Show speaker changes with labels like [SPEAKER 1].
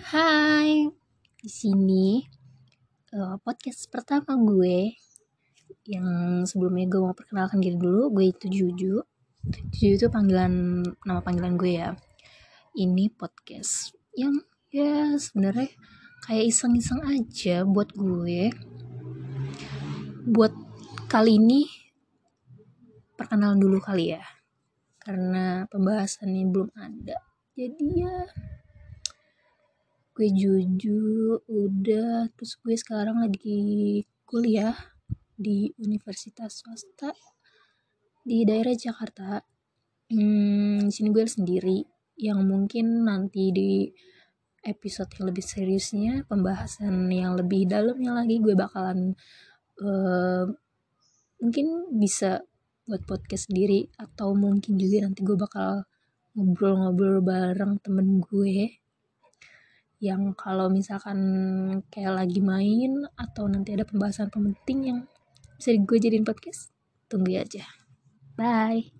[SPEAKER 1] Hai, di sini podcast pertama gue. Yang sebelumnya gue mau perkenalkan diri dulu, gue itu Juju. Juju itu nama panggilan gue ya. Ini podcast yang ya sebenarnya kayak iseng-iseng aja buat gue. Buat kali ini perkenalan dulu kali ya, karena pembahasannya belum ada. Jadi ya gue Juju udah, terus gue sekarang lagi kuliah di universitas swasta di daerah Jakarta. Di sini gue sendiri, yang mungkin nanti di episode yang lebih seriusnya, pembahasan yang lebih dalamnya lagi, gue bakalan mungkin bisa buat podcast sendiri, atau mungkin juga nanti gue bakal ngobrol-ngobrol bareng temen gue yang kalau misalkan kayak lagi main atau nanti ada pembahasan penting yang bisa gue jadiin podcast, tunggu aja. Bye.